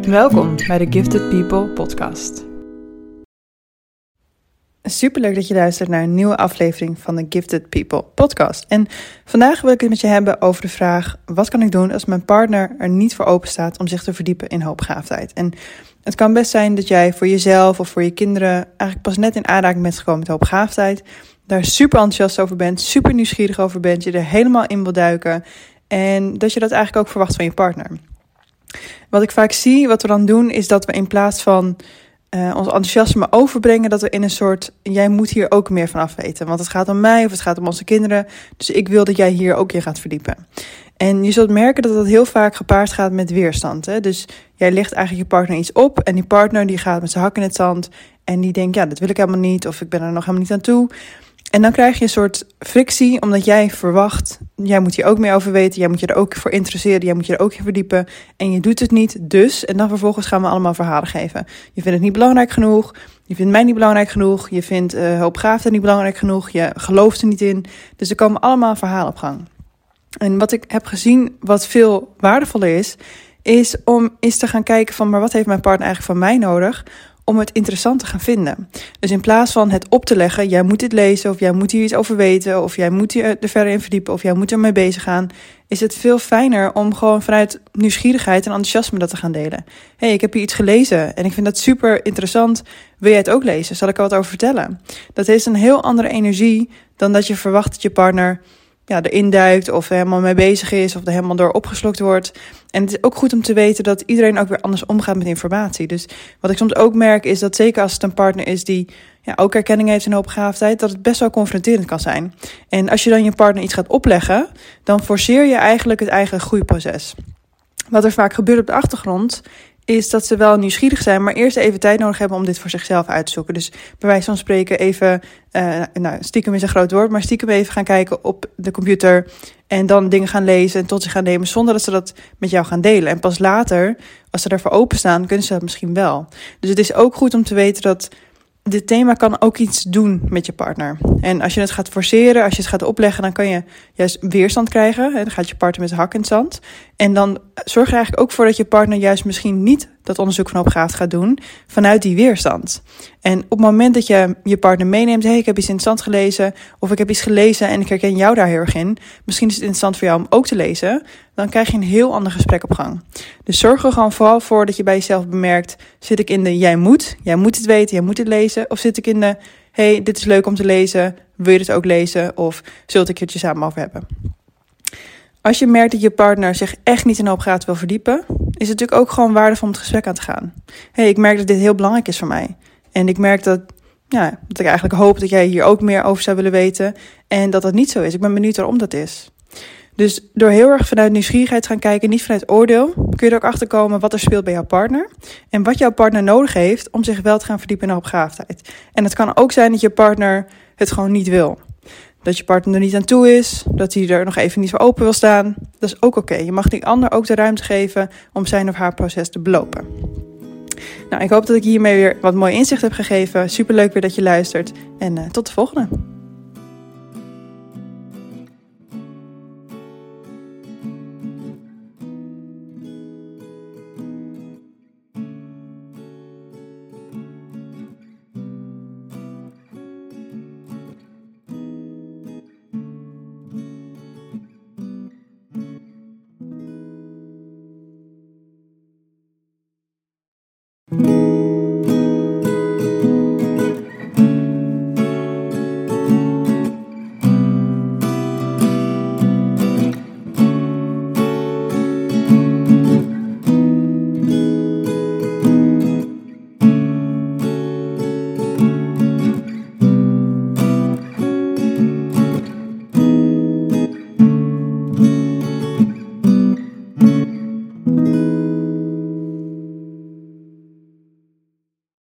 Welkom bij de Gifted People podcast. Superleuk dat je luistert naar een nieuwe aflevering van de Gifted People podcast. En vandaag wil ik het met je hebben over de vraag: wat kan ik doen als mijn partner er niet voor open staat om zich te verdiepen in hoogbegaafdheid? En het kan best zijn dat jij voor jezelf of voor je kinderen eigenlijk pas net in aanraking bent gekomen met hoogbegaafdheid, daar super enthousiast over bent, super nieuwsgierig over bent, je er helemaal in wil duiken en dat je dat eigenlijk ook verwacht van je partner. Wat ik vaak zie, wat we dan doen, is dat we in plaats van ons enthousiasme overbrengen, dat we in een soort: jij moet hier ook meer van af weten, want het gaat om mij of het gaat om onze kinderen, dus ik wil dat jij hier ook je gaat verdiepen. En je zult merken dat dat heel vaak gepaard gaat met weerstand. Hè? Dus jij legt eigenlijk je partner iets op en die partner die gaat met zijn hak in het zand en die denkt: ja, dat wil ik helemaal niet, of ik ben er nog helemaal niet aan toe. En dan krijg je een soort frictie, omdat jij verwacht: jij moet hier ook meer over weten, jij moet je er ook voor interesseren, jij moet je er ook in verdiepen. En je doet het niet, dus. En dan vervolgens gaan we allemaal verhalen geven. Je vindt het niet belangrijk genoeg, je vindt mij niet belangrijk genoeg, je vindt hoogbegaafdheid niet belangrijk genoeg, je gelooft er niet in. Dus er komen allemaal verhalen op gang. En wat ik heb gezien, wat veel waardevoller is om eens te gaan kijken van: maar wat heeft mijn partner eigenlijk van mij nodig om het interessant te gaan vinden? Dus in plaats van het op te leggen: jij moet dit lezen, of jij moet hier iets over weten, of jij moet hier er verder in verdiepen, of jij moet ermee bezig gaan, is het veel fijner om gewoon vanuit nieuwsgierigheid en enthousiasme dat te gaan delen. Hey, ik heb hier iets gelezen en ik vind dat super interessant. Wil jij het ook lezen? Zal ik er wat over vertellen? Dat heeft een heel andere energie dan dat je verwacht dat je partner erin duikt of er helemaal mee bezig is of er helemaal door opgeslokt wordt. En het is ook goed om te weten dat iedereen ook weer anders omgaat met informatie. Dus wat ik soms ook merk is dat zeker als het een partner is die ook erkenning heeft in hoogbegaafdheid, dat het best wel confronterend kan zijn. En als je dan je partner iets gaat opleggen, dan forceer je eigenlijk het eigen groeiproces. Wat er vaak gebeurt op de achtergrond is dat ze wel nieuwsgierig zijn, maar eerst even tijd nodig hebben om dit voor zichzelf uit te zoeken. Dus bij wijze van spreken even, stiekem is een groot woord, maar stiekem even gaan kijken op de computer en dan dingen gaan lezen en tot zich gaan nemen zonder dat ze dat met jou gaan delen. En pas later, als ze daarvoor openstaan, kunnen ze dat misschien wel. Dus het is ook goed om te weten dat dit thema kan ook iets doen met je partner. En als je het gaat forceren, als je het gaat opleggen, dan kan je juist weerstand krijgen. Dan gaat je partner met zijn hak in het zand. En dan zorg je eigenlijk ook voor dat je partner juist misschien niet dat onderzoek van hoogbegaafdheid gaat doen vanuit die weerstand. En op het moment dat je je partner meeneemt: hey, ik heb iets interessants gelezen, of ik heb iets gelezen en ik herken jou daar heel erg in, misschien is het interessant voor jou om ook te lezen, dan krijg je een heel ander gesprek op gang. Dus zorg er gewoon vooral voor dat je bij jezelf bemerkt: zit ik in de jij moet het weten, jij moet het lezen, of zit ik in de hey, dit is leuk om te lezen, wil je dit ook lezen, of zult ik het je samen over hebben? Als je merkt dat je partner zich echt niet in hoogbegaafdheid wil verdiepen, is het natuurlijk ook gewoon waardevol om het gesprek aan te gaan. Hey, ik merk dat dit heel belangrijk is voor mij. En ik merk dat ik eigenlijk hoop dat jij hier ook meer over zou willen weten. En dat dat niet zo is. Ik ben benieuwd waarom dat is. Dus door heel erg vanuit nieuwsgierigheid te gaan kijken, niet vanuit oordeel, kun je er ook achter komen wat er speelt bij jouw partner. En wat jouw partner nodig heeft om zich wel te gaan verdiepen in hoogbegaafdheid. En het kan ook zijn dat je partner het gewoon niet wil. Dat je partner er niet aan toe is, dat hij er nog even niet voor open wil staan. Dat is ook oké. Je mag die ander ook de ruimte geven om zijn of haar proces te belopen. Nou, ik hoop dat ik hiermee weer wat mooi inzicht heb gegeven. Superleuk weer dat je luistert. En tot de volgende.